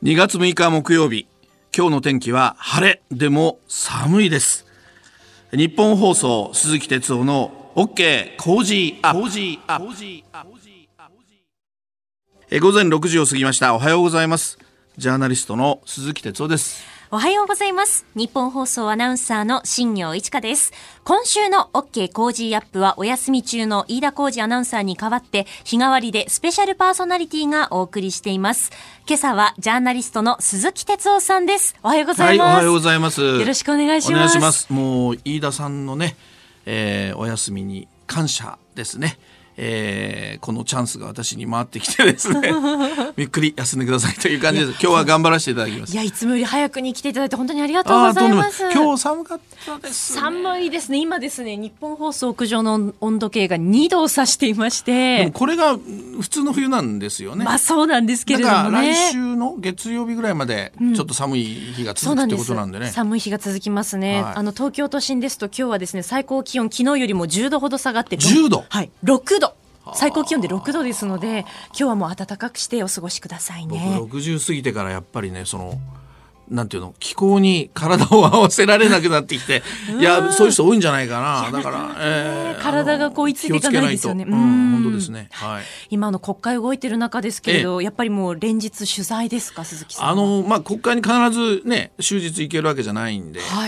2月6日木曜日、今日の天気は晴れでも寒いです。日本放送鈴木哲夫の OK コージーアップ。午前6時を過ぎました。おはようございます。ジャーナリストの鈴木哲夫です。 おはようございます。日本放送アナウンサーの新業一華です。今週の OK コージーアップはお休み中の飯田浩二アナウンサーに代わって日替わりでスペシャルパーソナリティがお送りしています。今朝はジャーナリストの鈴木哲夫さんです。おはようございます。 はい、おはようございます。 よろしくお願いします。 お願いします。もう飯田さんのね、お休みに感謝ですね。このチャンスが私に回ってきてですねゆっくり休んでくださいという感じです。今日は頑張らせていただきます。 いつもより早くに来ていただいて本当にありがとうございます。 今日寒かったですね。 寒いですね。今ですね、日本放送屋上の温度計が2度を指していまして、 でもこれが普通の冬なんですよね。 そうなんですけれどもね。 だから来週の月曜日ぐらいまでちょっと寒い日が続くってことなんでね。 寒い日が続きますね。東京都心ですと今日はですね、最高気温昨日よりも10度ほど下がって 10度、 はい、6度、最高気温で6度ですので、今日はもう暖かくしてお過ごしくださいね。 僕60過ぎてからやっぱりね、なんていうの、気候に体を合わせられなくなってきてそういう人多いんじゃないかな。だから、 体が追いついていかないですよね。 本当ですね。はい、 今国会動いてる中ですけれど、やっぱりもう連日取材ですか、鈴木さんは。 国会に必ずね終日行けるわけじゃないんで、はい、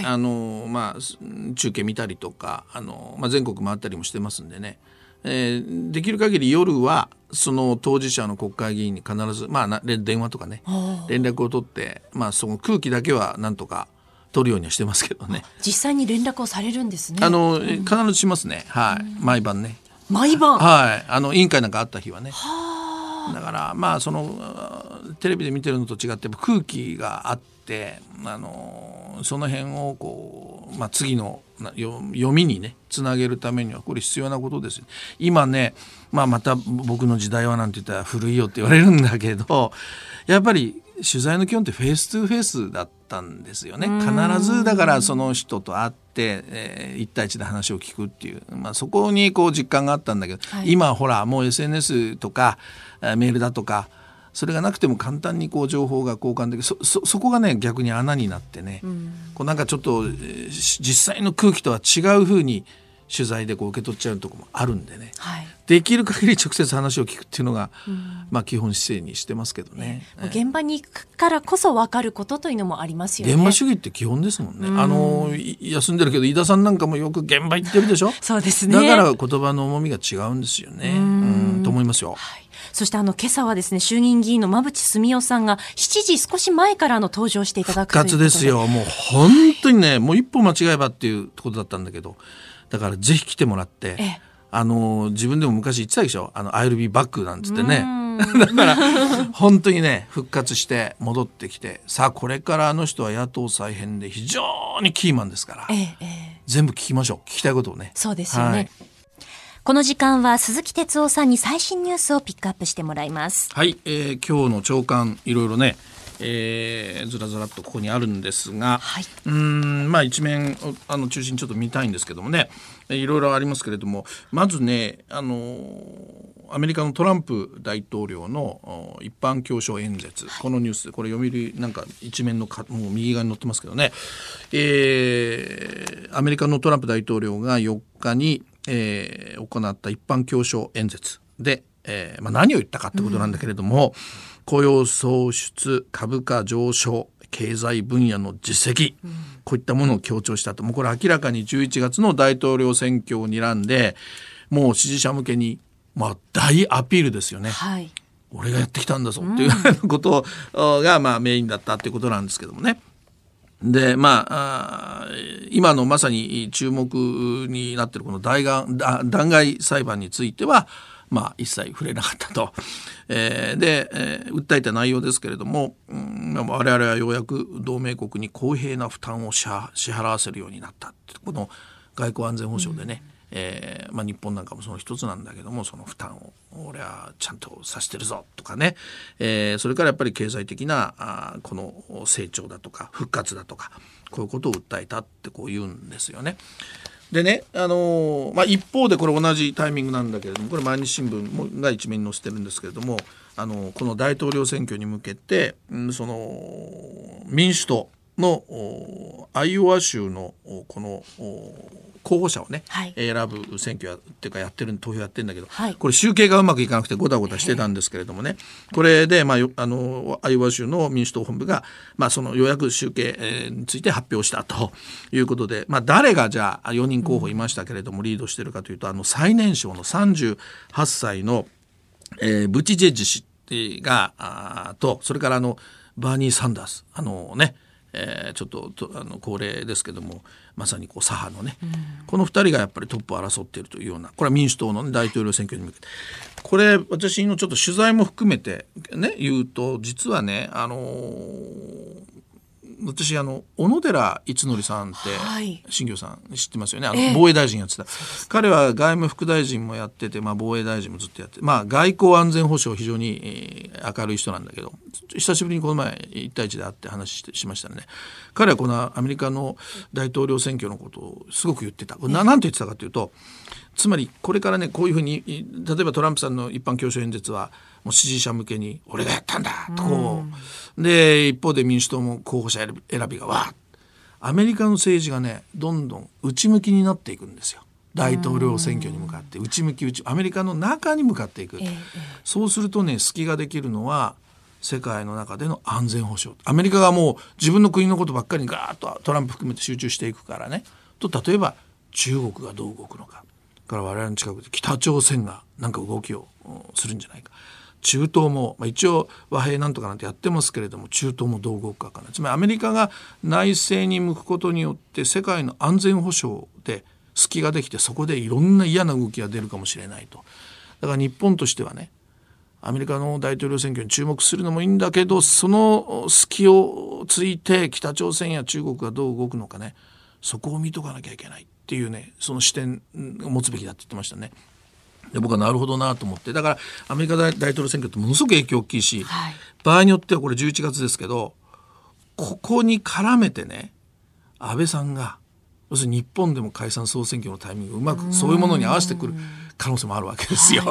中継見たりとか全国回ったりもしてますんでね、できる限り夜はその当事者の国会議員に必ず、電話とかね連絡を取って、その空気だけはなんとか取るようにはしてますけどね。 実際に連絡をされるんですね。 必ずしますね。はい、毎晩ね。 毎晩、 はい、委員会なんかあった日はね。だからテレビで見てるのと違って空気があって、その辺を次の読みにねつなげるためにはこれ必要なことですよ。今ね、また僕の時代はなんて言ったら古いよって言われるんだけど、やっぱり取材の基本ってフェイストゥフェイスだったんですよね。必ずだからその人と会って、1対1で話を聞くっていう、そこに実感があったんだけど、はい、今ほらもう SNS とかメールだとかそれがなくても簡単に情報が交換できる。そこがね逆に穴になってね、なんかちょっと実際の空気とは違う風に取材で受け取っちゃうところもあるんでね、はい、できる限り直接話を聞くっていうのが、基本姿勢にしてますけどね。 現場に行くからこそ分かることというのもありますよね。 現場主義って基本ですもんね。休んでるけど飯田さんなんかもよく現場行ってるでしょそうですね。 だから言葉の重みが違うんですよね。と思いますよ。はい、 そして今朝はですね、衆議院議員の馬淵澄夫さんが7時少し前から登場していただくということで。 復活ですよ。もう本当にね、もう一歩間違えばっていうことだったんだけど、だからぜひ来てもらって、自分でも昔言ってたでしょ、I'll be back なんつってね。だから本当にね復活して戻ってきて、さあこれから人は野党再編で非常にキーマンですから、全部聞きましょう。聞きたいことをね。 そうですよね。はい、この時間は鈴木哲夫さんに最新ニュースをピックアップしてもらいます。 はい、今日の朝刊いろいろね、ずらずらっとここにあるんですが、はい、一面中心にちょっと見たいんですけどもね、いろいろありますけれども、まずねアメリカのトランプ大統領の一般教書演説、このニュース、これ読売なんか一面のもう右側に載ってますけどね、アメリカのトランプ大統領が4日に、行った一般教書演説で、何を言ったかってことなんだけれども、雇用創出、株価上昇、経済分野の実績、こういったものを強調したと。もうこれ明らかに11月の大統領選挙を睨んで、もう支持者向けに、大アピールですよね。はい、俺がやってきたんだぞっていうことがメインだったっていうことなんですけどもね。で今のまさに注目になっているこの弾劾裁判については一切触れなかったと。で、訴えた内容ですけれども、我々はようやく同盟国に公平な負担を支払わせるようになったって、この外交安全保障でね、日本なんかもその一つなんだけども、その負担を俺はちゃんとさせてるぞとかね、それからやっぱり経済的なこの成長だとか復活だとか、こういうことを訴えたって言うんですよね。でね、一方でこれ同じタイミングなんだけれども、これ毎日新聞が一面に載せてるんですけれども、 この大統領選挙に向けて、その民主党のアイオワ州のこの候補者をね、 はい、 選ぶ選挙っていうか投票やってるんだけど、 はい、 これ集計がうまくいかなくてごたごたしてたんですけれどもね、これで、アイオワ州の民主党本部が、そのようやく集計について発表したということで、誰がじゃあ4人候補いましたけれども、リードしてるかというと、最年少の38歳の、ブチジェッジ氏がと、それからバーニー・サンダースちょっと高齢ですけども、まさにこう左派のね、この2人がやっぱりトップを争っているというような、これは民主党の、ね、大統領選挙に向けて、これ私のちょっと取材も含めて、ね、言うと、実はね、私小野寺一則さんって、はい、新業さん知ってますよね、防衛大臣やってた、彼は外務副大臣もやってて、防衛大臣もずっとやって、外交安全保障非常に、明るい人なんだけど、久しぶりにこの前1対1で会って話しましたね。彼はこのアメリカの大統領選挙のことをすごく言ってた。何と言ってたかというと、つまりこれからね、こういうふうに、例えばトランプさんの一般教書演説はもう支持者向けに俺がやったんだとこう、で一方で民主党も候補者選びがわー、アメリカの政治がね、どんどん内向きになっていくんですよ。大統領選挙に向かって内向き、アメリカの中に向かっていく、そうするとね、隙ができるのは世界の中での安全保障。アメリカがもう自分の国のことばっかりにガーッとトランプ含めて集中していくからね、と例えば中国がどう動くのか、から我々の近くで北朝鮮がなんか動きをするんじゃないか、中東も、一応和平なんとかなんてやってますけれども、中東もどう動くかな。つまりアメリカが内政に向くことによって世界の安全保障で隙ができて、そこでいろんな嫌な動きが出るかもしれないと。だから日本としてはね、アメリカの大統領選挙に注目するのもいいんだけど、その隙をついて北朝鮮や中国がどう動くのかね、そこを見とかなきゃいけないっていうね、その視点を持つべきだって言ってましたね。で僕はなるほどなと思って、だからアメリカ大統領選挙ってものすごく影響大きいし、はい、場合によってはこれ11月ですけど、ここに絡めてね、安倍さんが要するに日本でも解散総選挙のタイミングをうまくそういうものに合わせてくる可能性もあるわけですよ、はい、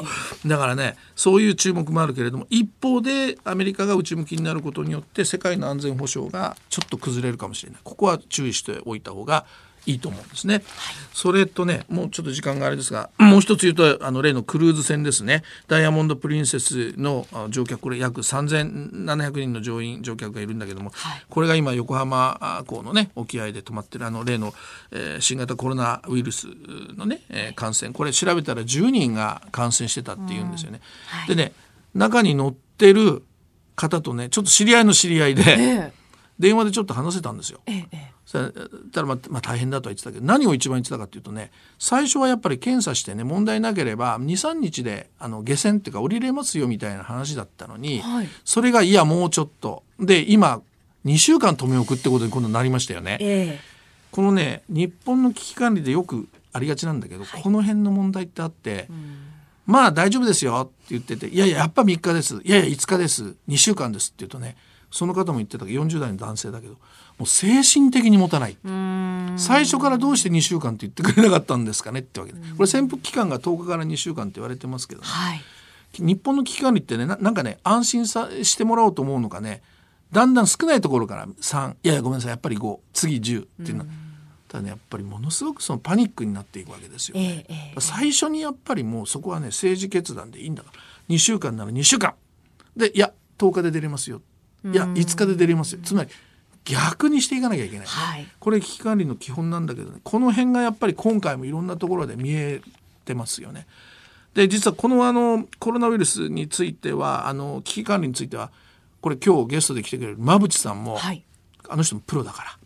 だからね、そういう注目もあるけれども、一方でアメリカが内向きになることによって世界の安全保障がちょっと崩れるかもしれない。ここは注意しておいた方がいいと思うんですね、はい、それとね、もうちょっと時間があれですが、もう一つ言うと例のクルーズ船ですね、ダイヤモンドプリンセスの乗客、これ約3700人の乗客がいるんだけども、はい、これが今横浜港のね沖合で止まってる例の、新型コロナウイルスのね、感染、これ調べたら10人が感染してたっていうんですよね、はい、でね、中に乗ってる方とね、ちょっと知り合いの知り合いで、電話でちょっと話せたんですよ、ただ大変だとは言ってたけど、何を一番言ってたかというとね、最初はやっぱり検査してね、問題なければ 2,3 日で下船っていうか降りれますよみたいな話だったのに、はい、それがいやもうちょっとで、今2週間留め置くってことに今度なりましたよね、このね、日本の危機管理でよくありがちなんだけど、はい、この辺の問題ってあって、まあ大丈夫ですよって言ってて、いやいややっぱ3日です、いやいや5日です、2週間ですって言うとね、その方も言ってたけど40代の男性だけど、もう精神的に持たない。最初からどうして2週間って言ってくれなかったんですかねってわけで、これ潜伏期間が10日から2週間って言われてますけどね、はい、日本の危機管理ってね、なんかね、安心してもらおうと思うのかね、だんだん少ないところから3、いやいやごめんなさいやっぱり5、次10っていうのは、ただね、やっぱりものすごくそのパニックになっていくわけですよね、最初にやっぱりもうそこはね、政治決断でいいんだから、2週間なら2週間で、いや10日で出れますよ、いや5日で出れますよ、つまり逆にしていかなきゃいけない、ね、はい、これ危機管理の基本なんだけどね、この辺がやっぱり今回もいろんなところで見えてますよね。で実はこのコロナウイルスについては危機管理についてはこれ今日ゲストで来てくれる馬淵さんも、はい、あの人もプロだから、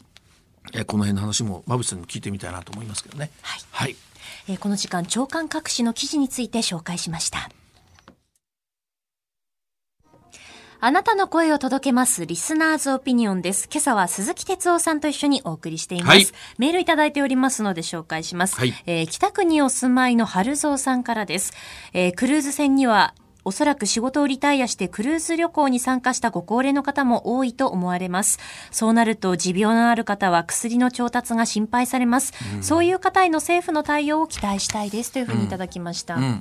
この辺の話も馬淵さんにも聞いてみたいなと思いますけどね、はいはい、 この時間朝刊各紙の記事について紹介しました。あなたの声を届けますリスナーズオピニオンです。今朝は鈴木哲夫さんと一緒にお送りしています、はい、メールいただいておりますので紹介します、はい、北区にお住まいの春蔵さんからです、クルーズ船にはおそらく仕事をリタイアしてクルーズ旅行に参加したご高齢の方も多いと思われます。そうなると持病のある方は薬の調達が心配されます、そういう方への政府の対応を期待したいですというふうにいただきました、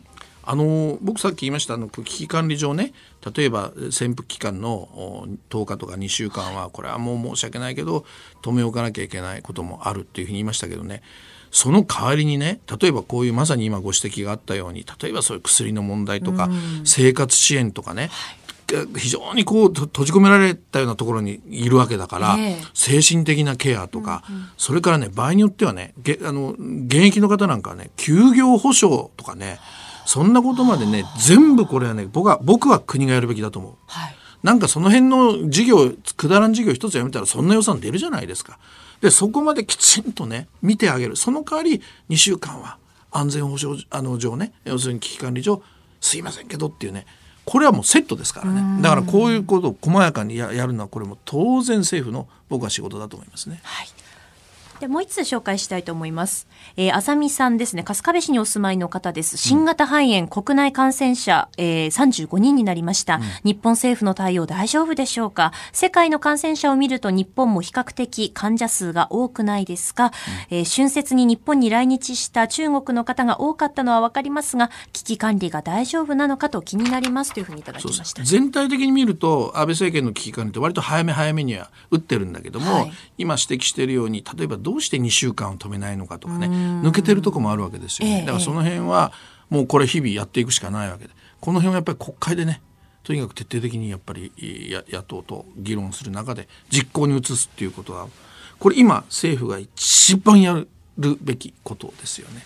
僕さっき言いました危機管理上ね、例えば潜伏期間の10日とか2週間はこれはもう申し訳ないけど止め置かなきゃいけないこともあるっていうふうに言いましたけどね、その代わりにね、例えばこういうまさに今ご指摘があったように、例えばそういう薬の問題とか生活支援とかね、非常にこう閉じ込められたようなところにいるわけだから、精神的なケアとか、それからね、場合によってはね、現役の方なんかはね、休業保障とかね、そんなことまでね、全部これはね、僕は国がやるべきだと思う。なんかその辺の事業、くだらん事業一つやめたらそんな予算出るじゃないですか。でそこまできちんとね見てあげる。その代わり2週間は安全保障上ね、要するに危機管理上すいませんけどっていうね、これはもうセットですからね。だからこういうことを細やかにやるのはこれも当然政府の僕は仕事だと思いますね。 でもう一つ紹介したいと思います。あさみさんですね。春日部市にお住まいの方です。新型肺炎国内感染者、35人になりました。日本政府の対応大丈夫でしょうか。世界の感染者を見ると日本も比較的患者数が多くないですか。春節に日本に来日した中国の方が多かったのは分かりますが、危機管理が大丈夫なのかと気になりますというふうにいただきました。 全体的に見ると安倍政権の危機管理って割と早めには打ってるんだけども、今指摘しているように、例えばどうして2週間を止めないのかとかね、抜けてるとこもあるわけですよね。だからその辺はもうこれ日々やっていくしかないわけで、この辺はやっぱり国会でね、とにかく徹底的にやっぱり野党と議論する中で実行に移すっていうことは、これ今政府が一番やるべきことですよね。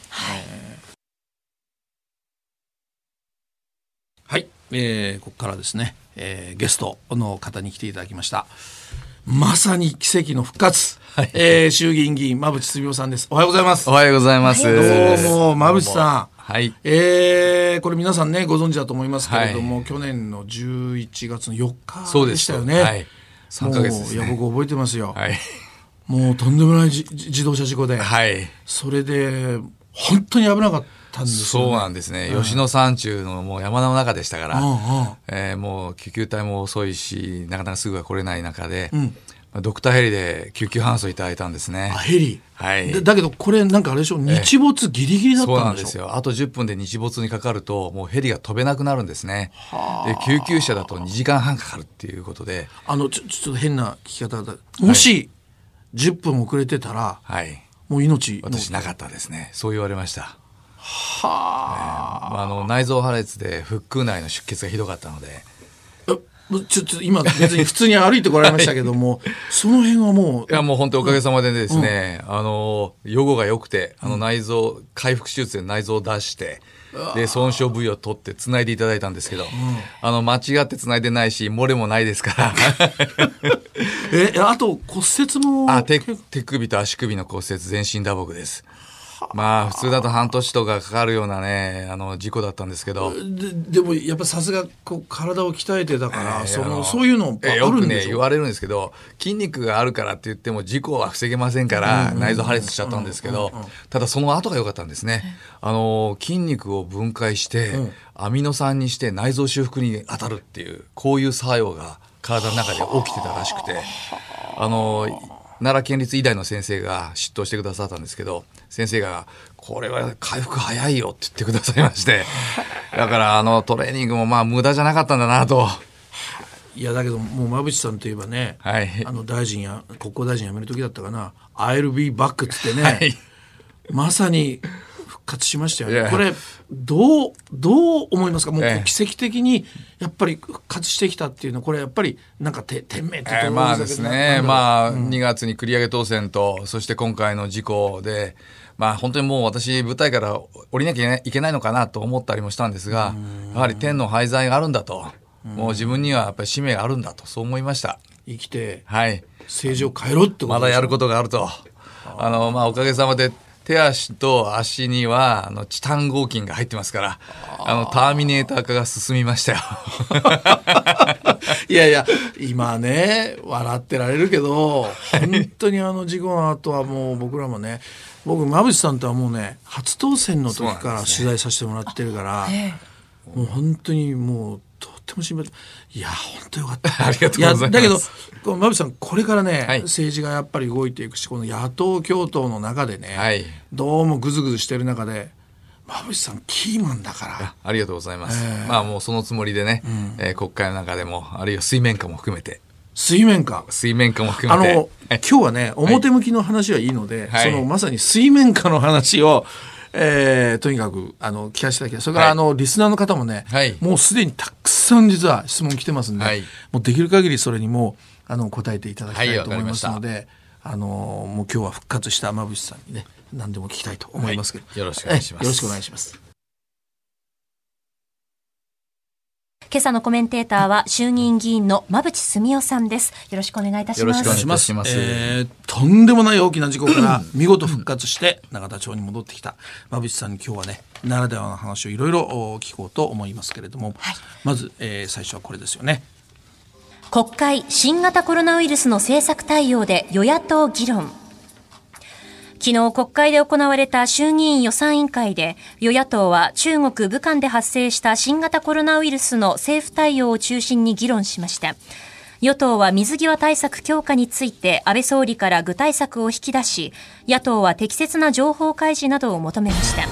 はい、ここからですね、ゲストの方に来ていただきました。まさに奇跡の復活、衆議院議員馬淵澄夫さんです。おはようございます。 おはようございます。 どうも馬淵さん。 はい。 これ皆さんねご存知だと思いますけれども、去年の11月の4日でしたよね。 はい。3ヶ月ですね。 いや僕覚えてますよ。 はい。 もうとんでもない自動車事故で、 はい。 それで本当に危なかったんですよね。 そうなんですね。吉野山中のもう山の中でしたから、もう救急隊も遅いし、なかなかすぐは来れない中で、ドクターヘリで救急搬送いただいたんですね。 ヘリ。 はい。 だけどこれなんかあれでしょ、日没ギリギリだったんでしょ。 そうなんですよ。あと10分で日没にかかるともうヘリが飛べなくなるんですね。で救急車だと2時間半かかるっていうことで、 ちょっと変な聞き方だ。もし10分遅れてたら、もう命私なかったですね。そう言われました。内臓破裂で腹腔内の出血がひどかったので、 ちょっと今別に普通に歩いてこられましたけども、その辺はもう。 いやもう本当おかげさまでですね、予後が良くて、内臓、回復手術で内臓を出して、で、損傷部位を取って繋いでいただいたんですけど、間違って繋いでないし、漏れもないですから。 あと骨折も。 手首と足首の骨折、全身打撲です。まあ普通だと半年とかかかるようなね事故だったんですけど、 でもやっぱさすが体を鍛えてだから、そういうのあるんでしょ。 よくね言われるんですけど、筋肉があるからって言っても事故は防げませんから、内臓破裂しちゃったんですけど、ただその後が良かったんですね。筋肉を分解して、アミノ酸にして内臓修復に当たるっていう、こういう作用が体の中で起きてたらしくて、奈良県立医大の先生が出頭してくださったんですけど、先生がこれは回復早いよって言ってくださいまして、だからトレーニングもまあ無駄じゃなかったんだなと。 いやだけどもう馬淵さんといえばね、大臣や国交大臣辞める時だったかな、 I'll be back って言ってね、まさに復活しましたよね。これどう思いますか。もう奇跡的にやっぱり復活してきたっていうのは、これやっぱりなんか天命ってとまあですね、2月に繰り上げ当選と、そして今回の事故で、本当にもう私舞台から降りなきゃいけないのかなと思ったりもしたんですが、やはり天の配罪があるんだと、もう自分にはやっぱり使命があるんだと、そう思いました。 生きて政治を変えろってことでしょ。 まだやることがあると。おかげさまで手足と足にはチタン合金が入ってますから、ターミネーター化が進みましたよ。 いや今ね笑ってられるけど、本当に事故の後はもう僕らもね、僕馬淵さんとはもうね初当選の時から取材させてもらってるから、もう本当にもうとっても心配。いや本当よかった。 ありがとうございます。 だけど馬淵さんこれからね、政治がやっぱり動いていくし、この野党共闘の中でね、どうもグズグズしてる中で、 馬淵さんキーマンだから。 ありがとうございます。まあもうそのつもりでね、国会の中でもあるいは水面下も含めて。 水面下も含めて。 今日はね、表向きの話はいいので、 はい、 そのまさに水面下の話を、とにかく聞かせていただきたい。それからリスナーの方もね、はい、もうすでにたくさん実は質問来てますんで、はい、もうできる限りそれにも答えていただきたいと思いますので、もう今日は復活した馬淵さんにね、何でも聞きたいと思いますけど、 よろしくお願いします。 よろしくお願いします。 今朝のコメンテーターは衆議院議員の馬淵澄夫さんです。よろしくお願いいたします。 よろしくお願いします。 とんでもない大きな事故から見事復活して永田町に戻ってきた馬淵さんに今日はね、ならではの話をいろいろ聞こうと思いますけれども、はい、まず、最初はこれですよね。 国会新型コロナウイルスの政策対応で与野党議論。昨日国会で行われた衆議院予算委員会で与野党は中国武漢で発生した新型コロナウイルスの政府対応を中心に議論しました。与党は水際対策強化について安倍総理から具体策を引き出し、野党は適切な情報開示などを求めました。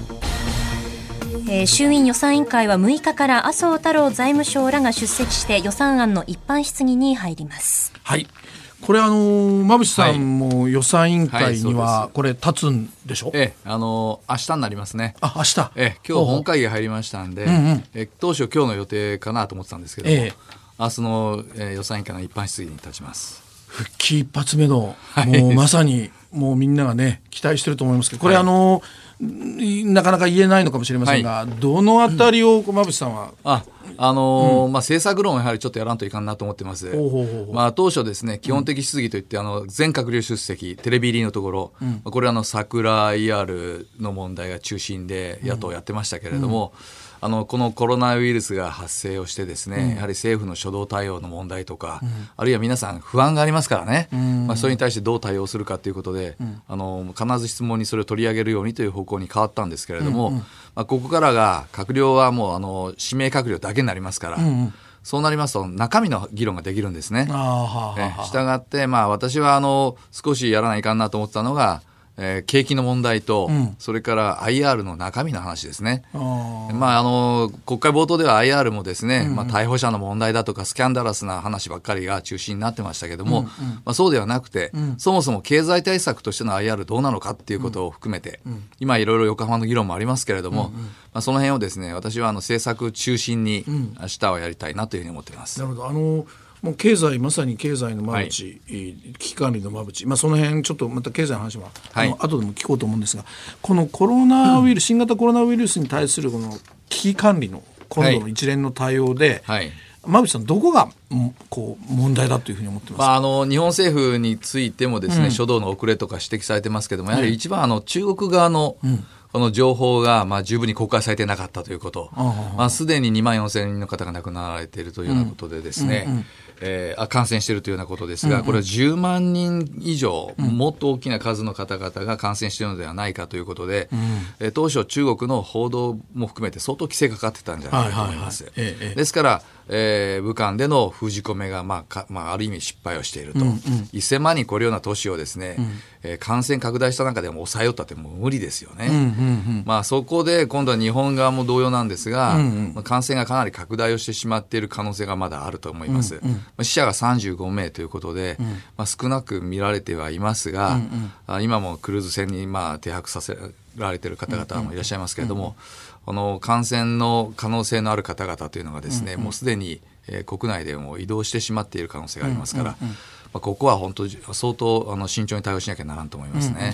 衆院予算委員会は6日から麻生太郎財務相らが出席して予算案の一般質疑に入ります。 はい、これ馬淵さんも予算委員会にはこれ立つんでしょ。 明日になりますね。 明日。 今日本会議入りましたんで、当初今日の予定かなと思ってたんですけども、明日の、予算委員会の一般質疑に立ちます。 復帰一発目の、もうまさにもうみんながね期待してると思いますけど、これなかなか言えないのかもしれませんが、どのあたりを馬淵さんは、 政策論をやはりちょっとやらんといかんなと思ってます。当初ですね、基本的質疑といって全閣僚出席テレビ入りのところ、これ桜 IR の問題が中心で野党やってましたけれども、このコロナウイルスが発生をしてですね、やはり政府の初動対応の問題とか、あるいは皆さん不安がありますからね、それに対してどう対応するかということで、必ず質問にそれを取り上げるようにという方向に変わったんですけれども、ここからが閣僚はもう指名閣僚だけになりますから、そうなりますと中身の議論ができるんですね。したがって、私は少しやらないかんなと思ったのが、景気の問題と、それから IR の中身の話ですね。国会冒頭では IR もですね、逮捕者の問題だとかスキャンダラスな話ばっかりが中心になってましたけども、そうではなくて、そもそも経済対策としての IR どうなのかっていうことを含めて、今いろいろ横浜の議論もありますけれども、その辺をですね、私は政策中心に明日はやりたいなというふうに思っています。 なるほど。もう経済、まさに経済の馬淵、危機管理の馬淵、その辺ちょっとまた経済の話は、後でも聞こうと思うんですが、このコロナウイルス、新型コロナウイルスに対するこの危機管理の今度の一連の対応で、馬淵さんどこが問題だというふうに思ってますか。 日本政府についてもですね、初動の遅れとか指摘されてますけども、やはり一番中国側の、この情報が十分に公開されていなかったということ、すでに2万4000人の方が亡くなられているというようなことでですね、感染しているというようなことですが、これは10万人以上、もっと大きな数の方々が感染しているのではないかということで、当初中国の報道も含めて相当規制がかかってたんじゃないかと思います。ですから、武漢での封じ込めが、ある意味失敗をしていると、1000万人超えるような都市をですね、感染拡大した中でも抑えよったってもう無理ですよね。そこで今度は日本側も同様なんですが、感染がかなり拡大をしてしまっている可能性がまだあると思います。死者が35名ということで、少なく見られてはいますが、今もクルーズ船に停泊させられている方々もいらっしゃいますけれども、感染の可能性のある方々というのがですね、もうすでに国内でも移動してしまっている可能性がありますから、ここは本当に相当慎重に対応しなきゃならんと思いますね。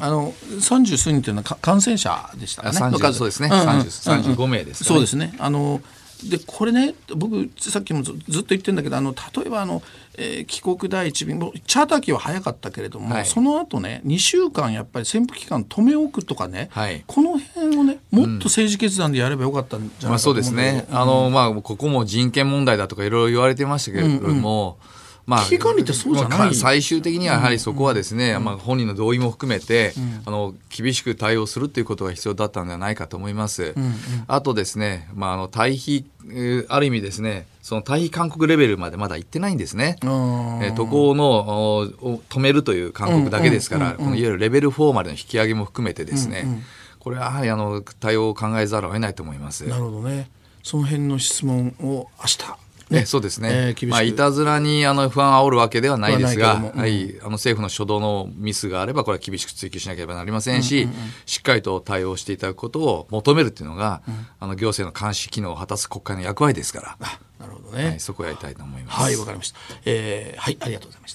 30数人というのは感染者でしたかね。 そうですね、35名ですね。 そうですね。でこれね、僕さっきもずっと言ってるんだけど、例えば帰国第一便もチャーター機は早かったけれども、その後ね2週間やっぱり潜伏期間止め置くとかね、この辺をねもっと政治決断でやればよかったんじゃないかと思うんだけど、 そうですね。ここも人権問題だとかいろいろ言われてましたけれども、 危機管理ってそうじゃない。 最終的にはやはりそこはですね、本人の同意も含めて、厳しく対応するということが必要だったのではないかと思います。あとですね、退避、ある意味ですね、その退避勧告レベルまでまだ行ってないんですね。渡航を止めるという勧告だけですから、このいわゆるレベル4までの引き上げも含めてですね、 これはやはり対応を考えざるを得ないと思います。 なるほどね。その辺の質問を明日そうですね。 いたずらに不安を煽るわけではないですが、 はないけども政府の初動のミスがあればこれは厳しく追及しなければなりませんし、しっかりと対応していただくことを求めるというのが、行政の監視機能を果たす国会の役割ですから。 なるほどね。 そこをやりたいと思います。 はい、わかりました。はい、ありがとうございました。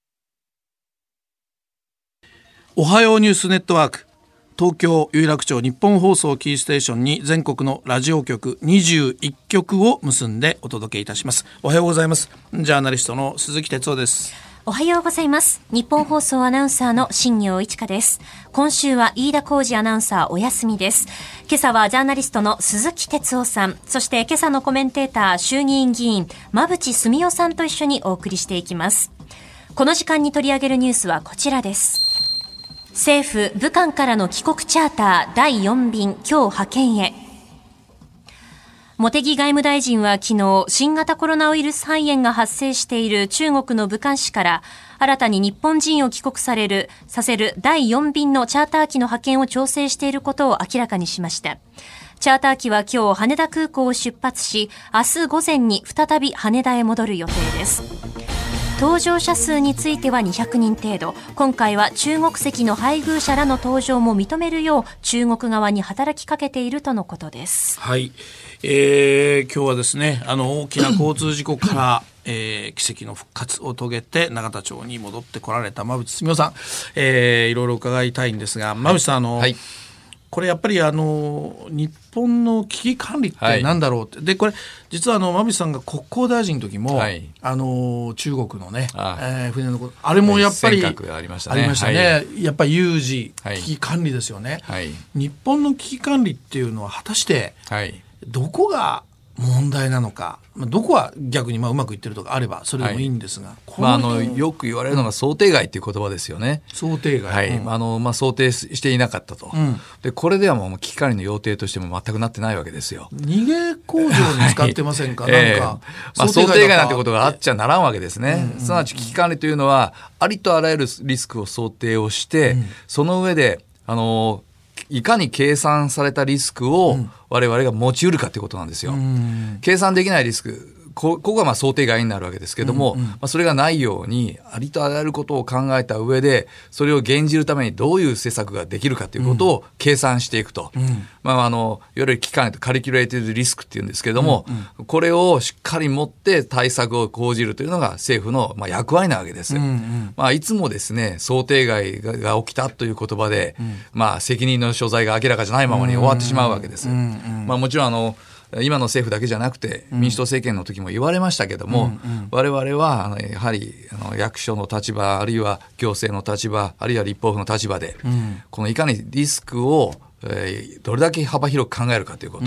おはようニュースネットワーク、東京有楽町日本放送キーステーションに全国のラジオ局21局を結んでお届けいたします。おはようございます。ジャーナリストの鈴木哲夫です。 おはようございます。日本放送アナウンサーの新業一華です。今週は飯田浩二アナウンサーお休みです。今朝はジャーナリストの鈴木哲夫さん、そして今朝のコメンテーター衆議院議員馬淵澄夫さんと一緒にお送りしていきます。この時間に取り上げるニュースはこちらです。政府、武漢からの帰国チャーター第4便、今日派遣へ。茂木外務大臣は昨日、新型コロナウイルス肺炎が発生している中国の武漢市から、新たに日本人を帰国させる第4便のチャーター機の派遣を調整していることを明らかにしました。チャーター機は今日羽田空港を出発し、明日午前に再び羽田へ戻る予定です。搭乗者数については200人程度。今回は中国籍の配偶者らの搭乗も認めるよう中国側に働きかけているとのことです。 はい、今日はですね、大きな交通事故から、奇跡の復活を遂げて永田町に戻ってこられた馬淵澄夫さん、いろいろ伺いたいんですが、馬淵さん、はいこれやっぱり日本の危機管理ってなんだろうって、でこれ実は馬淵さんが国交大臣の時も、中国のね船のことあれもやっぱり、 ありましたね、 やっぱり有事、危機管理ですよね、日本の危機管理っていうのは果たしてどこが問題なのか、どこは逆にうまくいってるとかあればそれでもいいんですが、 よく言われるのが想定外っていう言葉ですよね。 想定外、 想定していなかったと、でこれではもう危機管理の要諦としても全くなってないわけですよ。 逃げ工場に使ってませんか、なんか、 想定外なんてことがあっちゃならんわけですね、すなわち危機管理というのはありとあらゆるリスクを想定をして、その上でいかに計算されたリスクを我々が持ち得るかということなんですよ。計算できないリスク、ここが想定外になるわけですけども、それがないようにありとあらゆることを考えた上でそれを減じるためにどういう施策ができるかということを計算していくと、いわゆる期間とカリキュレーティブリスクっていうんですけども、これをしっかり持って対策を講じるというのが政府の役割なわけです。いつもですね、想定外が起きたという言葉で、責任の所在が明らかじゃないままに終わってしまうわけです。もちろん今の政府だけじゃなくて民主党政権の時も言われましたけども、我々はやはり役所の立場、あるいは行政の立場、あるいは立法府の立場で、このいかにリスクをどれだけ幅広く考えるかということ、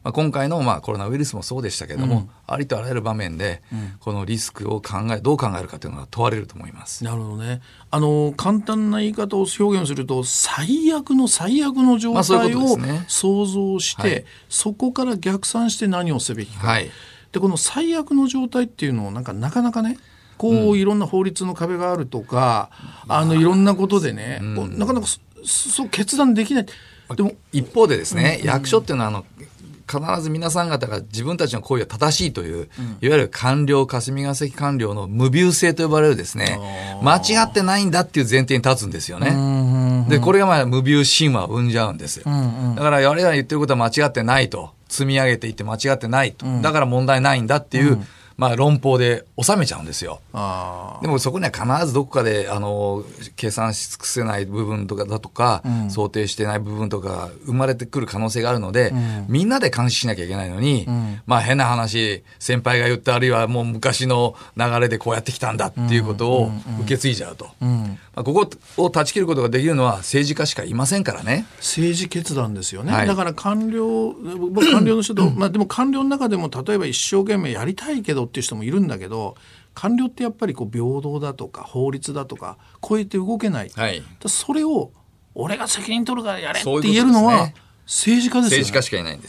今回のコロナウイルスもそうでしたけども、ありとあらゆる場面でこのリスクをどう考えるかというのが問われると思います。 なるほどね。簡単な言い方を表現すると最悪の状態を想像して、そこから逆算して何をすべきか、でこの最悪の状態っていうのをなかなかね、いろんな法律の壁があるとか、いろんなことでね、なかなかそう決断できない。 でも一方でですね、役所っていうのは必ず皆さん方が自分たちの行為は正しいという、いわゆる官僚、霞が関官僚の無謬性と呼ばれるですね、間違ってないんだっていう前提に立つんですよね。でこれが無謬神話を生んじゃうんです。だから我々が言ってることは間違ってないと、積み上げていって間違ってないと、だから問題ないんだっていう、論法で収めちゃうんですよ。でもそこには必ずどこかで計算し尽くせない部分とかだとか、想定してない部分とか生まれてくる可能性があるので、みんなで監視しなきゃいけないのに、変な話、先輩が言った、あるいはもう昔の流れでこうやってきたんだっていうことを受け継いじゃうと、ここを断ち切ることができるのは政治家しかいませんからね。 政治決断ですよね、だから官僚の人と、でも官僚の中でも例えば一生懸命やりたいけどっていう人もいるんだけど、官僚ってやっぱり平等だとか法律だとか超えて動けない、それを俺が責任取るからやれって言えるのは政治家ですよね。 政治家しかいないんです。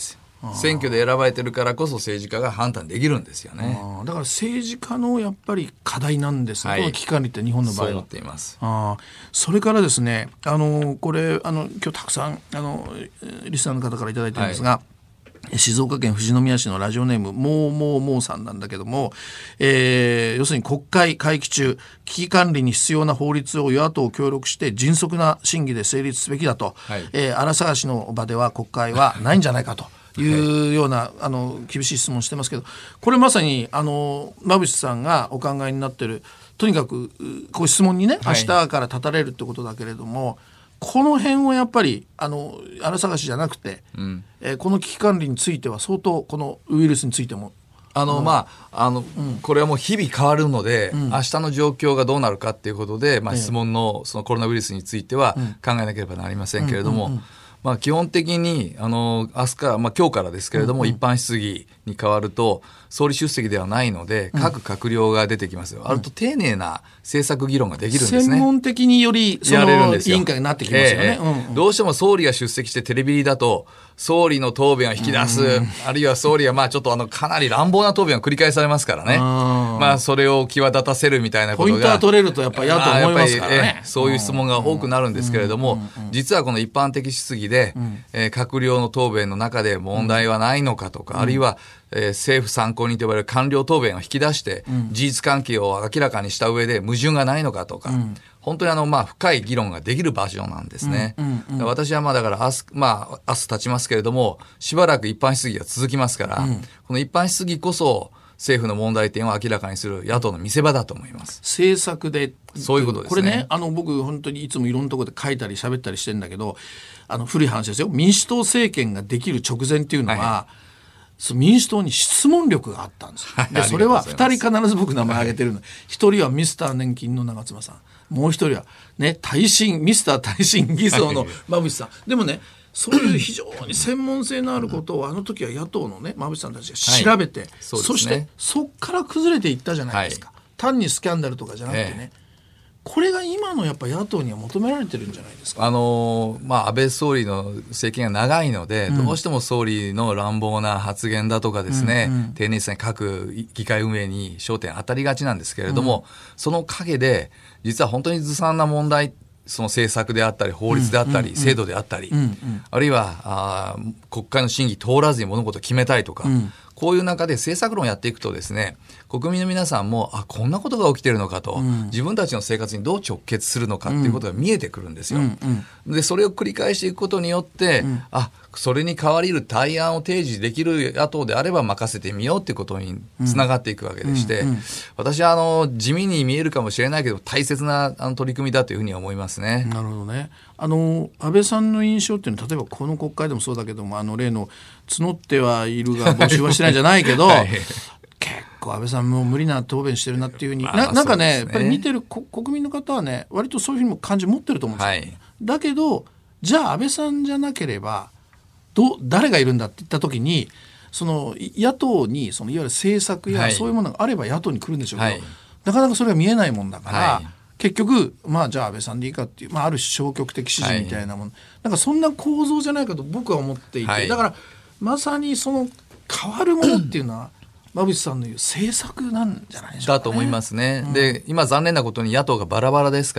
選挙で選ばれてるからこそ政治家が判断できるんですよね。 だから政治家のやっぱり課題なんですね、 はい、 この危機管理って日本の場合は。 そう思っています。 それからですね、これ今日たくさんリスナーの方からいただいてるんですが、静岡県富士宮市のラジオネームもうさんなんだけども、要するに国会会期中危機管理に必要な法律を与野党協力して迅速な審議で成立すべきだと、荒探しの場では国会はないんじゃないかというような厳しい質問してますけど、これまさに馬渕さんがお考えになってる、とにかくこういう質問にね明日から立たれるってことだけれども、この辺をやっぱり荒探しじゃなくて、この危機管理については相当このウイルスについてもこれはもう日々変わるので、明日の状況がどうなるかっていうことで、質問のそのコロナウイルスについては考えなければなりませんけれども、基本的に明日から、今日からですけれども、一般質疑に変わると総理出席ではないので各閣僚が出てきますよ。あると丁寧な政策議論ができるんですね。 専門的によりその委員会になってきますよね。 どうしても総理が出席してテレビだと総理の答弁を引き出す、あるいは総理はちょっとかなり乱暴な答弁を繰り返されますからね。それを際立たせるみたいなことがポイントは取れるとやっぱり野党思いますからね。 そういう質問が多くなるんですけれども、実はこの一般的質疑で、閣僚の答弁の中で問題はないのかとか、あるいは政府参考人と呼ばれる官僚答弁を引き出して、事実関係を明らかにした上で矛盾がないのかとか、本当に深い議論ができる場所なんですね。私はだから明日立ちますけれども、しばらく一般質疑が続きますから、この一般質疑こそ政府の問題点を明らかにする野党の見せ場だと思います。 政策でそういうことですね。 これね、僕本当にいつもいろんなところで書いたり喋ったりしてるんだけど、古い話ですよ。民主党政権ができる直前っていうのは、民主党に質問力があったんですよ。でそれは2人必ず僕名前挙げてるの。1人はミスター年金の長妻さん、もう1人はねミスター耐震偽装の馬渕さん。でもね、そういう非常に専門性のあることを時は野党のね馬渕さんたちが調べて、そしてそっから崩れていったじゃないですか。単にスキャンダルとかじゃなくてね。これが今のやっぱ野党には求められてるんじゃないですか。 安倍総理の政権が長いので、どうしても総理の乱暴な発言だとかですね、丁寧さに各議会運営に焦点当たりがちなんですけれども、その陰で実は本当にずさんな問題、その政策であったり法律であったり制度であったり、あるいは国会の審議通らずに物事を決めたいとか、こういう中で政策論をやっていくとですね、国民の皆さんもこんなことが起きているのかと、自分たちの生活にどう直結するのかっていうことが見えてくるんですよ。でそれを繰り返していくことによって、それに代わりる対案を提示できる野党であれば任せてみようっていうことにつながっていくわけでして、私は地味に見えるかもしれないけど大切な取り組みだというふうに思いますね。 なるほどね。安倍さんの印象っていうのは、例えばこの国会でもそうだけども、例の募ってはいるが募集はしてないじゃないけど、結構安倍さんも無理な答弁してるなっていうふうに、なんかね、やっぱり見てる国民の方はね、割とそういうふうに感じ持ってると思うんですよ。だけどじゃあ安倍さんじゃなければ誰がいるんだって言った時に、その野党にいわゆる政策やそういうものがあれば野党に来るんでしょうけど、なかなかそれが見えないもんだから、結局じゃあ安倍さんでいいかっていう、ある種消極的支持みたいなもの、なんかそんな構造じゃないかと僕は思っていて、だからまさにその変わるものっていうのは馬渕さんの言う政策なんじゃないでしょうかね。 だと思いますね。で今残念なことに野党がバラバラですから、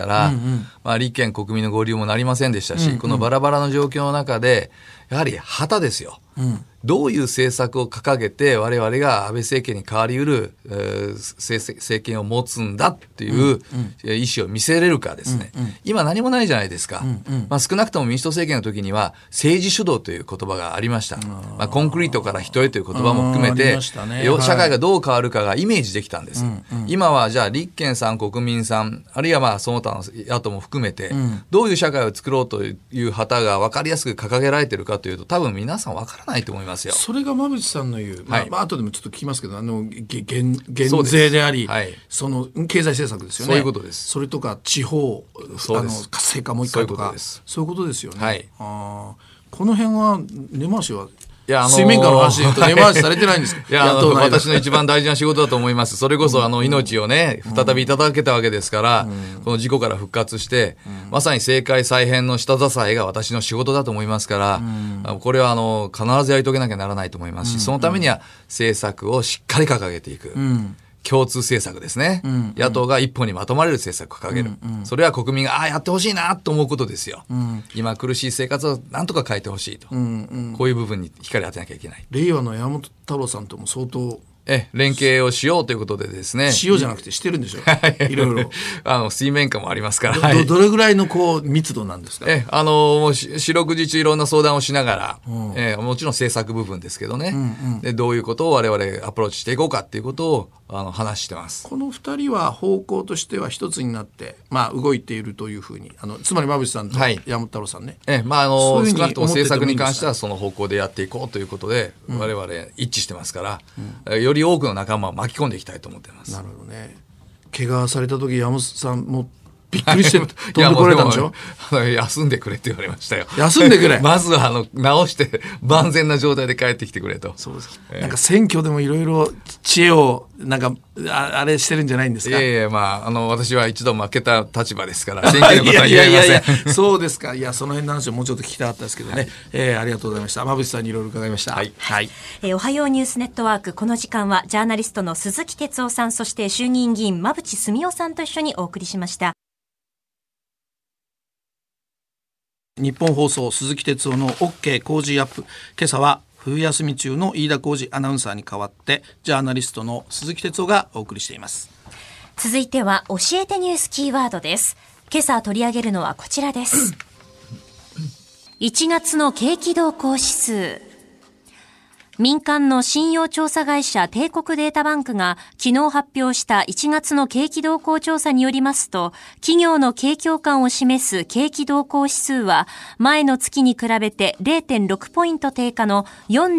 立憲国民の合流もなりませんでしたし、このバラバラの状況の中でやはり旗ですよ。どういう政策を掲げて我々が安倍政権に代わりうる、政権を持つんだっていう意思を見せれるかですね。今何もないじゃないですか。少なくとも民主党政権の時には政治主導という言葉がありました。コンクリートから人へという言葉も含めて、社会がどう変わるかがイメージできたんです。今はじゃあ立憲さん、国民さん、あるいはその他の野党も含めて、どういう社会を作ろうという旗が分かりやすく掲げられているかというと、多分皆さん分からないと思います。 それが馬渕さんの言う、後でもちょっと聞きますけど、減税であり、その経済政策ですよね。 そういうことです。 それとか地方活性化もう一回とか、そういうことですよね。この辺は根回しは水面下の話で言うと根回しされてないんですか？ いや、私の一番大事な仕事だと思います。それこそ命をね、再びいただけたわけですから、この事故から復活して、まさに政界再編の下支えが私の仕事だと思いますから、これは必ずやり遂げなきゃならないと思いますし、そのためには政策をしっかり掲げていく。共通政策ですね、野党が一本にまとまれる政策を掲げる、それは国民がやってほしいなと思うことですよ、今苦しい生活をなんとか変えてほしいと、こういう部分に光当てなきゃいけない。 令和の山本太郎さんとも相当連携をしようということでですね。 しようじゃなくてしてるんでしょいろいろ。 水面下もありますから。 どれぐらいの密度なんですか？ もう四六時中いろんな相談をしながら、もちろん政策部分ですけどね、でどういうことを我々アプローチしていこうかっていうことを話してます。 この2人は方向としては一つになって、動いているというふうにつまり馬渕さんと山本太郎さんね、 少なくとも政策に関してはその方向でやっていこうということで、我々一致してますから、より多くの仲間を巻き込んでいきたいと思っています。 なるほどね。怪我された時山本さんもびっくりして飛んでこられたんでしょ？ 休んでくれって言われましたよ。 休んでくれまずは治して万全な状態で帰ってきてくれと。 そうです、なんか選挙でもいろいろ知恵をなんかあれしてるんじゃないんですか？ いや私は一度負けた立場ですから選挙のことは言えません。 そうですか。いや、その辺の話をもうちょっと聞きたかったですけどね、ありがとうございました。馬渕さんにいろいろ伺いました。 おはようニュースネットワーク、この時間はジャーナリストの鈴木哲夫さん、そして衆議院議員馬渕純夫さんと一緒にお送りしました。 日本放送鈴木哲夫の OK 工事アップ、今朝は冬休み中の飯田浩司アナウンサーに代わってジャーナリストの鈴木哲夫がお送りしています。 続いては教えてニュースキーワードです。今朝取り上げるのはこちらです。1月の景気動向指数。民間の信用調査会社帝国データバンクが昨日発表した1月の景気動向調査によりますと、企業の景況感を示す景気動向指数は前の月に比べて 0.6 ポイント低下の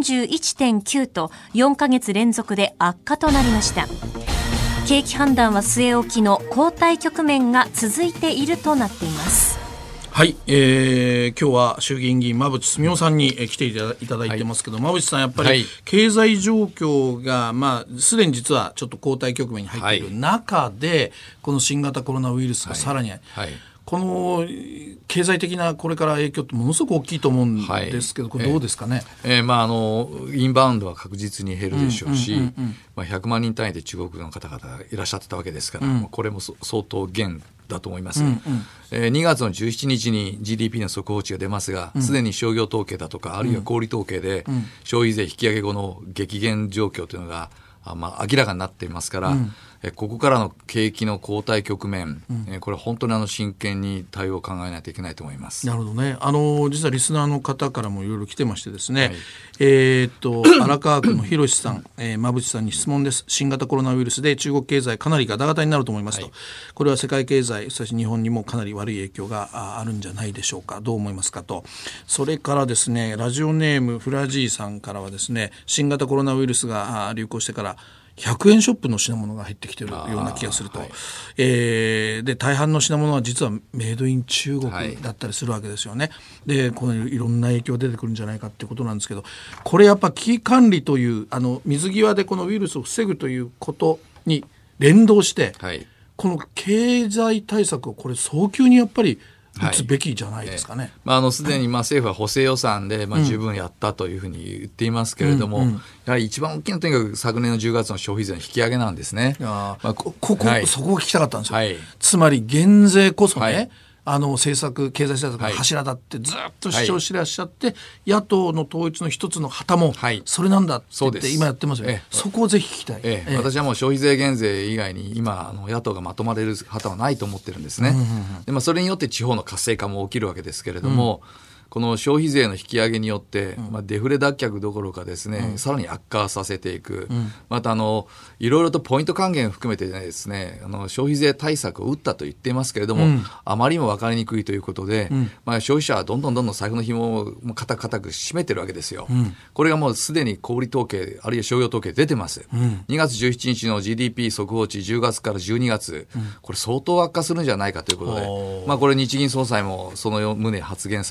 41.9 と4ヶ月連続で悪化となりました。景気判断は据え置きの後退局面が続いているとなっています。 はい、今日は衆議院議員馬渕純夫さんに来ていただいてますけど、馬渕さんやっぱり経済状況がすでに実はちょっと後退局面に入っている中で、この新型コロナウイルスがさらに、この経済的なこれから影響ってものすごく大きいと思うんですけど、これどうですかね？ インバウンドは確実に減るでしょうし、100万人単位で中国の方々がいらっしゃってたわけですから、これも相当減だと思います。2月の17日に GDP の速報値が出ますが、すでに商業統計だとかあるいは小売統計で消費税引き上げ後の激減状況というのが明らかになっていますから、ここからの景気の後退局面、これ本当に真剣に対応を考えないといけないと思います。 なるほどね。実はリスナーの方からもいろいろ来てましてですね、荒川区の広瀬さん、馬渕さんに質問です。新型コロナウイルスで中国経済かなりガタガタになると思いますと、これは世界経済そして日本にもかなり悪い影響があるんじゃないでしょうか、どう思いますかと。それからですね、ラジオネームフラジーさんからはですね、新型コロナウイルスが流行してから100円ショップの品物が入ってきているような気がすると、で大半の品物は実はメイドイン中国だったりするわけですよね。でこのいろんな影響出てくるんじゃないかっていうことなんですけど、これやっぱ危機管理という水際でこのウイルスを防ぐということに連動して、この経済対策をこれ早急にやっぱり打つべきじゃないですかね。 すでに政府は補正予算で十分やったというふうに言っていますけれども、やはり一番大きなとにかく昨年の10月の消費税の引き上げなんですね。 そこを聞きたかったんですよ。つまり減税こそね、経済政策の柱だってずっと主張してらっしゃって、野党の統一の一つの旗もそれなんだって言って今やってますよね。そこをぜひ聞きたい。 私はもう消費税減税以外に今野党がまとまれる旗はないと思ってるんですね。でそれによって地方の活性化も起きるわけですけれども、この消費税の引き上げによって、デフレ脱却どころかですね、さらに悪化させていく、またいろいろとポイント還元を含めてですね、消費税対策を打ったと言っていますけれども、あまりにも分かりにくいということで、消費者はどんどん財布の紐を固く締めてるわけですよ。これがもうすでに小売統計あるいは商業統計出てます。2月17日の GDP 速報値10月から12月、これ相当悪化するんじゃないかということで、これ日銀総裁もその旨発言されてます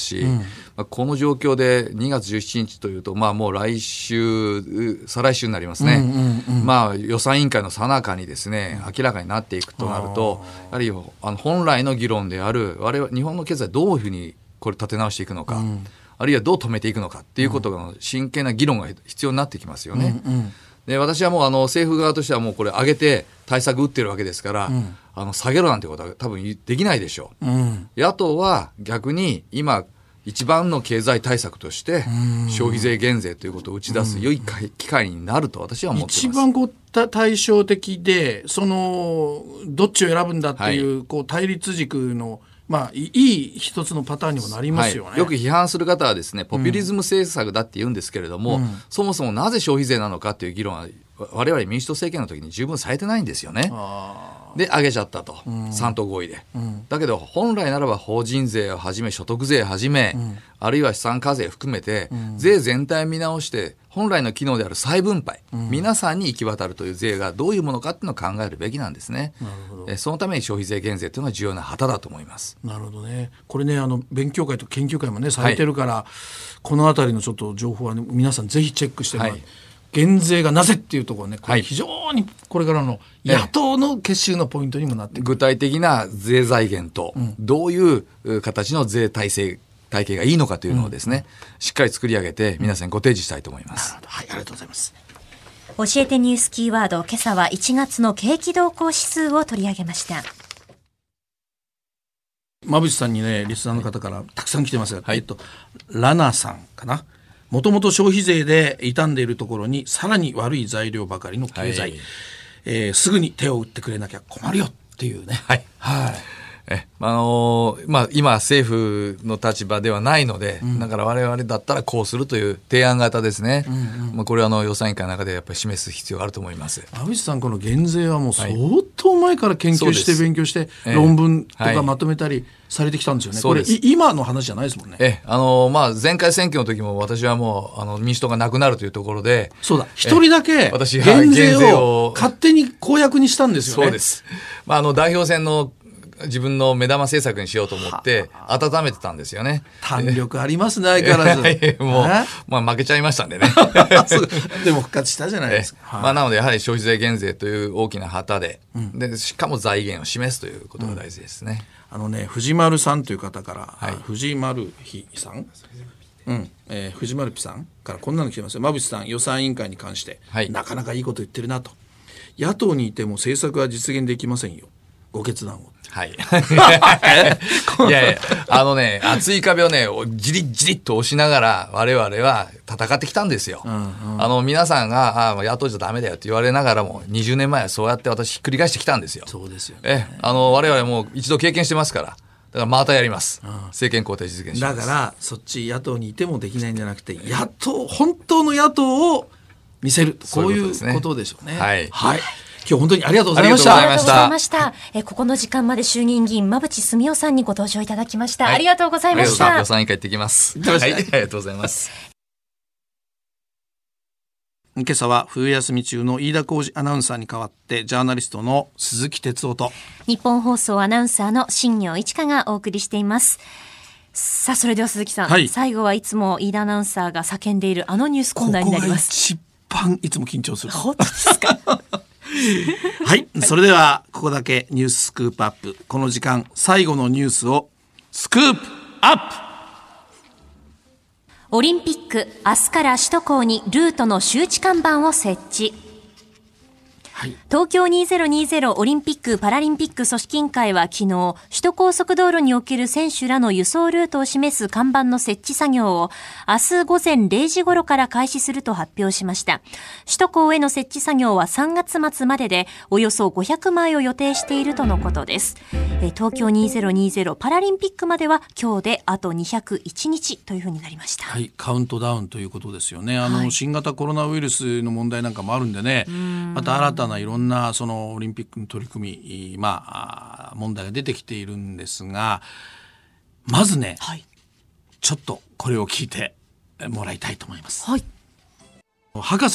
し、この状況で2月17日というと、もう来週再来週になりますね、予算委員会の最中にですね明らかになっていくとなると、やはり本来の議論である我々日本の経済どういうふうにこれ立て直していくのか、あるいはどう止めていくのかっていうことの真剣な議論が必要になってきますよね。で私はもう政府側としてはもうこれ上げて対策打ってるわけですから、下げろなんてことは多分できないでしょう、野党は逆に今一番の経済対策として消費税減税ということを打ち出す良い機会になると私は思っています。 一番対照的でどっちを選ぶんだっていう、対立軸のいい一つのパターンにもなりますよね。 よく批判する方はですねポピュリズム政策だって言うんですけれども、そもそもなぜ消費税なのかという議論は我々民主党政権の時に十分されてないんですよね。で上げちゃったと、3党合意で、だけど本来ならば法人税をはじめ所得税をはじめ、あるいは資産課税含めて、税全体を見直して本来の機能である再分配、皆さんに行き渡るという税がどういうものかっていうのを考えるべきなんですね。そのために消費税減税というのが重要な旗だと思います。 なるほどね。これね勉強会と研究会もねされてるから、このあたりのちょっと情報は、ね、皆さんぜひチェックしてもらって、減税がなぜっていうところね、これ非常にこれからの野党の結集のポイントにもなってくる。 具体的な税財源とどういう形の税体系がいいのかというのをですね、しっかり作り上げて皆さんにご提示したいと思います。 はい、ありがとうございます。 教えてニュースキーワード、今朝は1月の景気動向指数を取り上げました。 馬淵さんにねリスナーの方からたくさん来てますよ、ラナさんかな。もともと消費税で傷んでいるところにさらに悪い材料ばかりの経済、すぐに手を打ってくれなきゃ困るよっていうね。 今政府の立場ではないので、だから我々だったらこうするという提案型ですね。これは予算委員会の中でやっぱり示す必要があると思います。 馬淵さんこの減税はもう相当前から研究して勉強して、論文とかまとめたりされてきたんですよね。これ今の話じゃないですもんね。 前回選挙の時も私はもう民主党がなくなるというところで、 そうだ一人だけ減税を勝手に公約にしたんですよね。 そうです。代表選の自分の目玉政策にしようと思って温めてたんですよね。 弾力ありますね、相変わらず。 もう、負けちゃいましたんでね。 でも復活したじゃないですか。 なのでやはり消費税減税という大きな旗で、しかも財源を示すということが大事ですね。 藤丸さんという方から、藤丸ひさん、藤丸ぴさんからこんなの来てますよ。馬淵さん予算委員会に関して、なかなかいいこと言ってるなと。野党にいても政策は実現できませんよ。ご決断を。 いや厚い壁をねじりじりっと押しながら我々は戦ってきたんですよ。皆さんが野党じゃダメだよって言われながらも20年前はそうやって私ひっくり返してきたんですよ。 そうですよね。 我々も一度経験してますから、だからまたやります。政権交代実現します。 だからそっち野党にいてもできないんじゃなくて本当の野党を見せる、こういうことでしょうね。今日本当にありがとうございました。 ありがとうございました。ここの時間まで衆議院議員馬淵澄夫さんにご登場いただきました。ありがとうございました。 予算委員会行ってきます。ありがとうございます。 今朝は冬休み中の飯田浩司アナウンサーに代わってジャーナリストの鈴木哲夫と日本放送アナウンサーの新業一華がお送りしています。さあそれでは鈴木さん、最後はいつも飯田アナウンサーが叫んでいるあのニュースコーナーになります。 一番いつも緊張する。 本当ですか？ はい、それではここだけニューススクープアップ。この時間最後のニュースをスクープアップ。 オリンピック明日から首都高にルートの周知看板を設置。東京2020オリンピック・パラリンピック組織委員会は昨日、首都高速道路における選手らの輸送ルートを示す看板の設置作業を明日午前0時頃から開始すると発表しました。首都高への設置作業は3月末までで、およそ500枚を予定しているとのことです。東京2020パラリンピックまでは今日であと201日というふうになりました。 カウントダウンということですよね。新型コロナウイルスの問題なんかもあるんでね、また新たないろんなそのオリンピックの取り組み、問題が出てきているんですが、まずね、ちょっとこれを聞いてもらいたいと思います。博士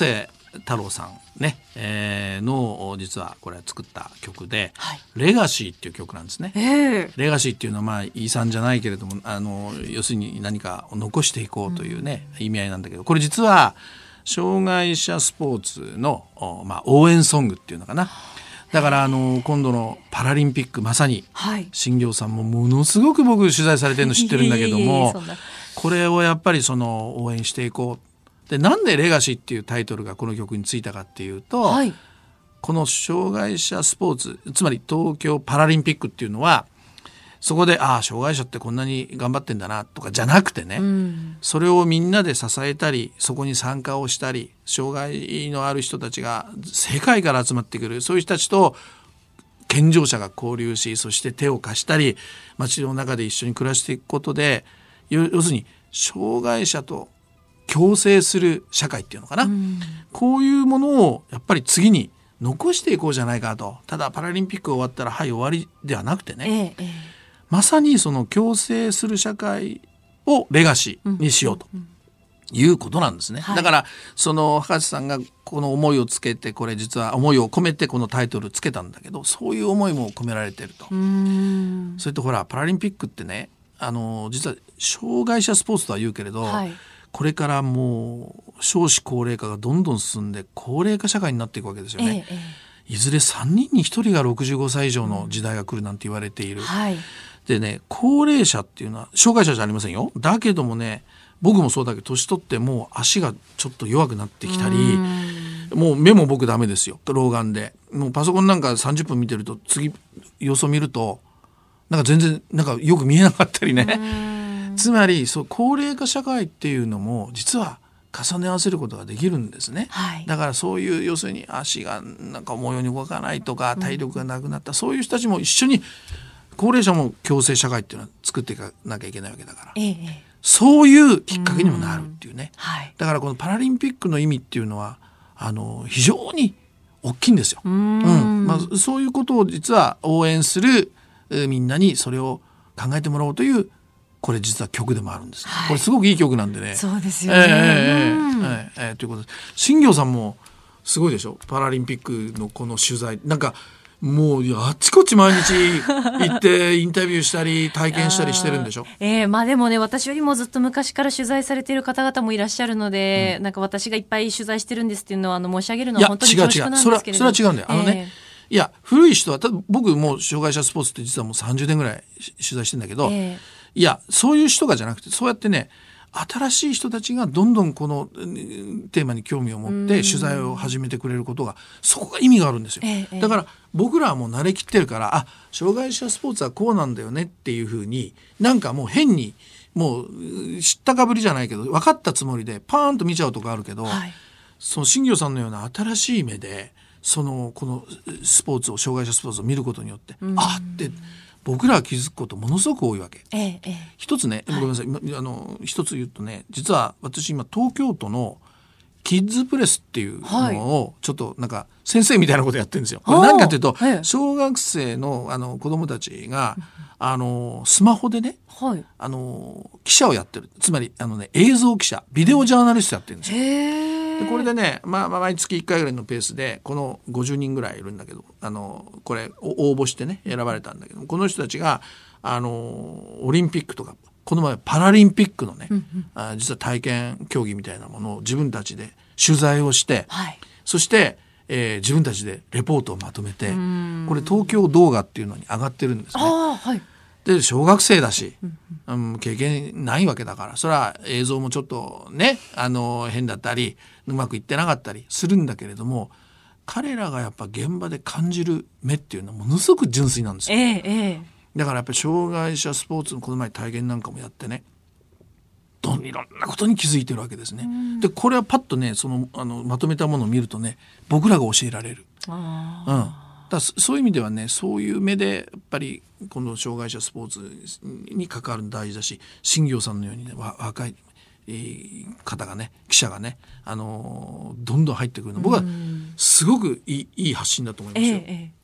太郎さんね、の実はこれ作った曲で、 はい、 レガシーっていう曲なんですね。レガシーっていうのはまあ遺産じゃないけれども要するに何かを残していこうというね、意味合いなんだけど、これ実は障害者スポーツの、応援ソングっていうのかな。だから今度のパラリンピックまさに、新行さんもものすごく僕取材されてるの知ってるんだけどもこれをやっぱり応援していこう。でなんでレガシーっていうタイトルがこの曲についたかっていうと、この障害者スポーツつまり東京パラリンピックっていうのはそこで障害者ってこんなに頑張ってんだなとかじゃなくてね、それをみんなで支えたりそこに参加をしたり障害のある人たちが世界から集まってくるそういう人たちと健常者が交流しそして手を貸したり街の中で一緒に暮らしていくことで要するに障害者と共生する社会っていうのかな、こういうものをやっぱり次に残していこうじゃないかと。ただパラリンピック終わったら終わりではなくてね、まさにその共生する社会をレガシーにしようということなんですね。だから博士さんがこの思いをつけてこれ実は思いを込めてこのタイトルつけたんだけどそういう思いも込められていると。それとほらパラリンピックってね実は障害者スポーツとは言うけれど、これからもう少子高齢化がどんどん進んで高齢化社会になっていくわけですよね。いずれ3人に1人が65歳以上の時代が来るなんて言われている。でね高齢者っていうのは障害者じゃありませんよ。だけどもね僕もそうだけど年取ってもう足がちょっと弱くなってきたりもう目も僕ダメですよ老眼で。もうパソコンなんか30分見てると次様子を見るとなんか全然なんかよく見えなかったりね。つまり高齢化社会っていうのも実は重ね合わせることができるんですね。だからそういう要するに足がなんか思うように動かないとか体力がなくなったそういう人たちも一緒に高齢者も共生社会っていうのは作っていかなきゃいけないわけだから、そういうきっかけにもなるっていうね。だからこのパラリンピックの意味っていうのは非常に大きいんですよ。そういうことを実は応援するみんなにそれを考えてもらおうというこれ実は曲でもあるんです、これすごくいい曲なんでね。 そうですよね。 ということで新行さんもすごいでしょパラリンピックのこの取材なんかもうあっちこっち毎日行ってインタビューしたり体験したりしてるんでしょ。 でもね私よりもずっと昔から取材されている方々もいらっしゃるので、なんか私がいっぱい取材してるんですっていうのは申し上げるのは本当に恐縮なんですけれども。 それは違うんだよ。いや古い人は僕もう障害者スポーツって実はもう30年ぐらい取材してんだけど、いやそういう人がじゃなくてそうやってね新しい人たちがどんどんこのテーマに興味を持って取材を始めてくれることがそこが意味があるんですよ。だから僕らはもう慣れきってるから障害者スポーツはこうなんだよねっていうふうになんかもう変にもう知ったかぶりじゃないけど分かったつもりでパーンと見ちゃうとこあるけど、その新行さんのような新しい目でこのスポーツを障害者スポーツを見ることによってって僕らは気づくことものすごく多いわけ。一つね、ごめんなさい一つ言うとね実は私今東京都のキッズプレスっていうのをちょっとなんか先生みたいなことやってるんですよ。これ何かというと小学生の子供たちがスマホでね記者をやってるつまり映像記者ビデオジャーナリストやってるんですよ。でこれでね、毎月1回ぐらいのペースでこの50人ぐらいいるんだけどこれ応募してね選ばれたんだけどこの人たちがオリンピックとかこの前パラリンピックのね、実は体験競技みたいなものを自分たちで取材をして、そして、自分たちでレポートをまとめてこれ東京動画っていうのに上がってるんですね。で小学生だし、経験ないわけだからそれは映像もちょっとね変だったりうまくいってなかったりするんだけれども彼らがやっぱ現場で感じる目っていうのはものすごく純粋なんですよ。だからやっぱり障害者スポーツのこの前体験なんかもやってねいろんなことに気づいてるわけですね。でこれはパッとねまとめたものを見るとね僕らが教えられる。だそういう意味ではねそういう目でやっぱりこの障害者スポーツに関わるの大事だし新行さんのようにね若い方がね記者がねどんどん入ってくるの僕はすごくいい発信だと思いますよ。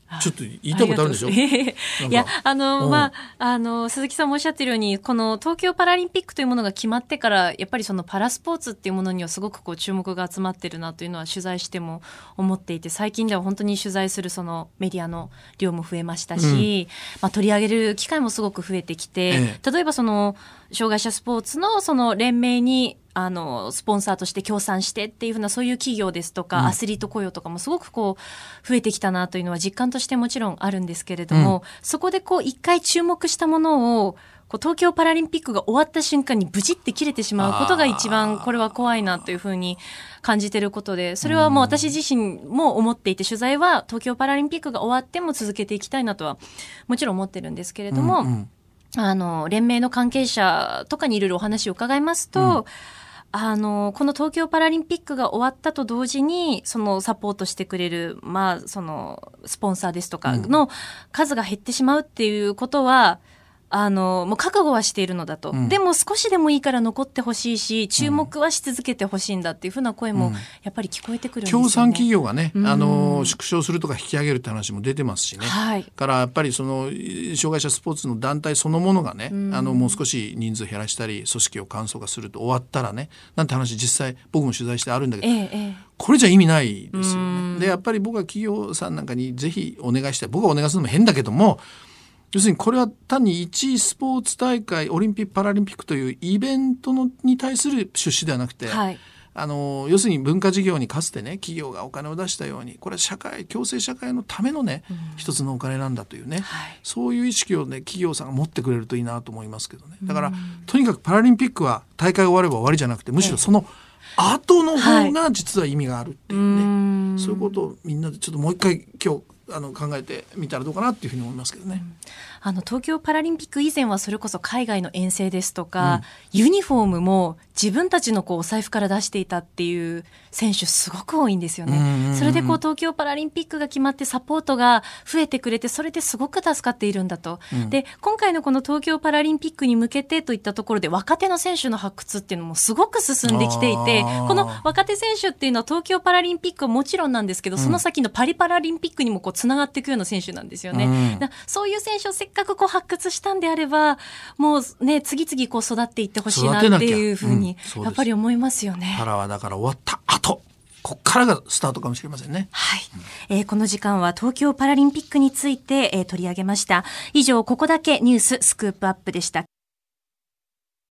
ちょっと言いたいことあるんでしょ。 いや、鈴木さんもおっしゃってるように、この東京パラリンピックというものが決まってから、やっぱりそのパラスポーツっていうものにはすごくこう注目が集まってるなというのは取材しても思っていて、最近では本当に取材するそのメディアの量も増えましたし、取り上げる機会もすごく増えてきて、例えばその障害者スポーツのその連盟にスポンサーとして協賛してっていうふうなそういう企業ですとか、アスリート雇用とかもすごくこう増えてきたなというのは実感としてもちろんあるんですけれども、そこでこう一回注目したものをこう東京パラリンピックが終わった瞬間にブチって切れてしまうことが一番これは怖いなというふうに感じていることで、それはもう私自身も思っていて、取材は東京パラリンピックが終わっても続けていきたいなとはもちろん思ってるんですけれども、連盟の関係者とかにいろいろお話を伺いますと、この東京パラリンピックが終わったと同時に、そのサポートしてくれる、そのスポンサーですとかの数が減ってしまうっていうことは、もう覚悟はしているのだと。でも少しでもいいから残ってほしいし、注目はし続けてほしいんだっていうふうな声もやっぱり聞こえてくるんですよね。 協賛企業がね、縮小するとか引き上げるって話も出てますしね。からやっぱりその障害者スポーツの団体そのものがね、もう少し人数減らしたり、組織を簡素化すると終わったらね、なんて話実際僕も取材してあるんだけど、これじゃ意味ないですよね。で、やっぱり僕は企業さんなんかにぜひお願いしたい。僕がお願いするのも変だけども、要するにこれは単に一スポーツ大会、オリンピック・パラリンピックというイベントに対する出資ではなくて、要するに文化事業にかつてね、企業がお金を出したように、これは共生社会のためのね、一つのお金なんだというね、そういう意識をね、企業さんが持ってくれるといいなと思いますけどね。だから、とにかくパラリンピックは大会が終われば終わりじゃなくて、むしろその後の方が実は意味があるっていうね、そういうことをみんなでちょっともう一回今日考えてみたらどうかなっていうふうに思いますけどね。 東京パラリンピック以前はそれこそ海外の遠征ですとか、ユニフォームも自分たちのお財布から出していたっていう選手すごく多いんですよね。それで東京パラリンピックが決まってサポートが増えてくれて、それですごく助かっているんだと。で、今回のこの東京パラリンピックに向けてといったところで若手の選手の発掘っていうのもすごく進んできていて、この若手選手っていうのは東京パラリンピックはもちろんなんですけど、その先のパリパラリンピックにもつながっていくような選手なんですよね。そういう選手をせっかく発掘したんであれば、もうね、次々育っていってほしいなっていうふうにやっぱり思いますよね。 パラはだから終わった後、こっからがスタートかもしれませんね。 この時間は東京パラリンピックについて、取り上げました。以上、ここだけニューススクープアップでした。